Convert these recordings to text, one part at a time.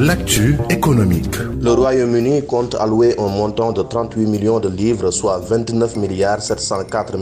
L'actu économique. Le Royaume-Uni compte allouer un montant de 38 millions de livres, soit 29 704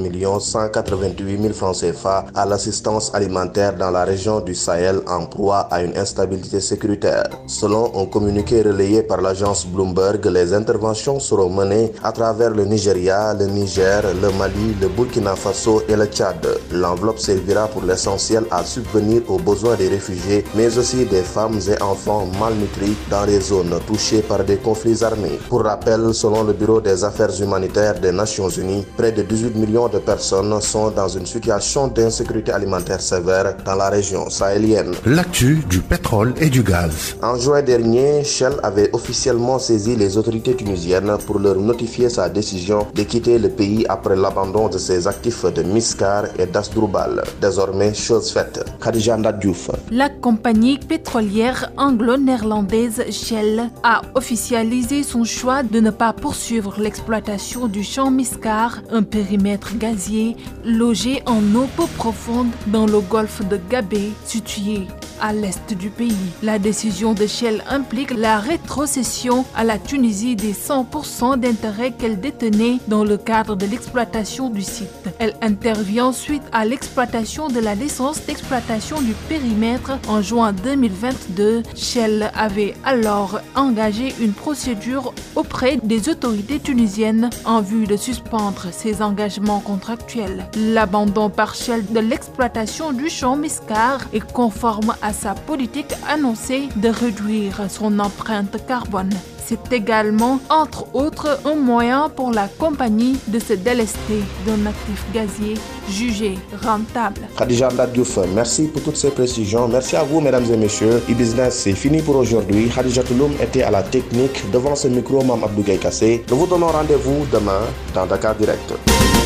188 000 francs CFA à l'assistance alimentaire dans la région du Sahel en proie à une instabilité sécuritaire. Selon un communiqué relayé par l'agence Bloomberg, les interventions seront menées à travers le Nigeria, le Niger, le Mali, le Burkina Faso et le Tchad. L'enveloppe servira pour l'essentiel à subvenir aux besoins des réfugiés, mais aussi des femmes et enfants malnutris dans les zones touchées par des conflits armés. Pour rappel, selon le Bureau des affaires humanitaires des Nations Unies, près de 18 millions de personnes sont dans une situation d'insécurité alimentaire sévère dans la région sahélienne. L'actu du pétrole et du gaz. En juin dernier, Shell avait officiellement saisi les autorités tunisiennes pour leur notifier sa décision de quitter le pays après l'abandon de ses actifs de Miskar et d'Asdrubal. Désormais, chose faite. Khadija Ndadjouf. La compagnie pétrolière anglo-néerlandaise Shell a officialisé son choix de ne pas poursuivre l'exploitation du champ Miskar, un périmètre gazier logé en eau peu profonde dans le golfe de Gabé, situé à l'est du pays. La décision de Shell implique la rétrocession à la Tunisie des 100% d'intérêts qu'elle détenait dans le cadre de l'exploitation du site. Elle intervient suite à l'exploitation de la licence d'exploitation du périmètre en juin 2022. Shell avait alors engagé une procédure auprès des autorités tunisiennes en vue de suspendre ses engagements contractuels. L'abandon par Shell de l'exploitation du champ Miskar est conforme à sa politique annoncée de réduire son empreinte carbone. C'est également, entre autres, un moyen pour la compagnie de se délester d'un actif gazier jugé rentable. Khadija Ndadjouf, merci pour toutes ces précisions. Merci à vous, mesdames et messieurs. E-Business, c'est fini pour aujourd'hui. Khadija Touloum était à la technique. Devant ce micro, Mam Abdou Gaye Kassé. Nous vous donnons rendez-vous demain dans Dakar Direct.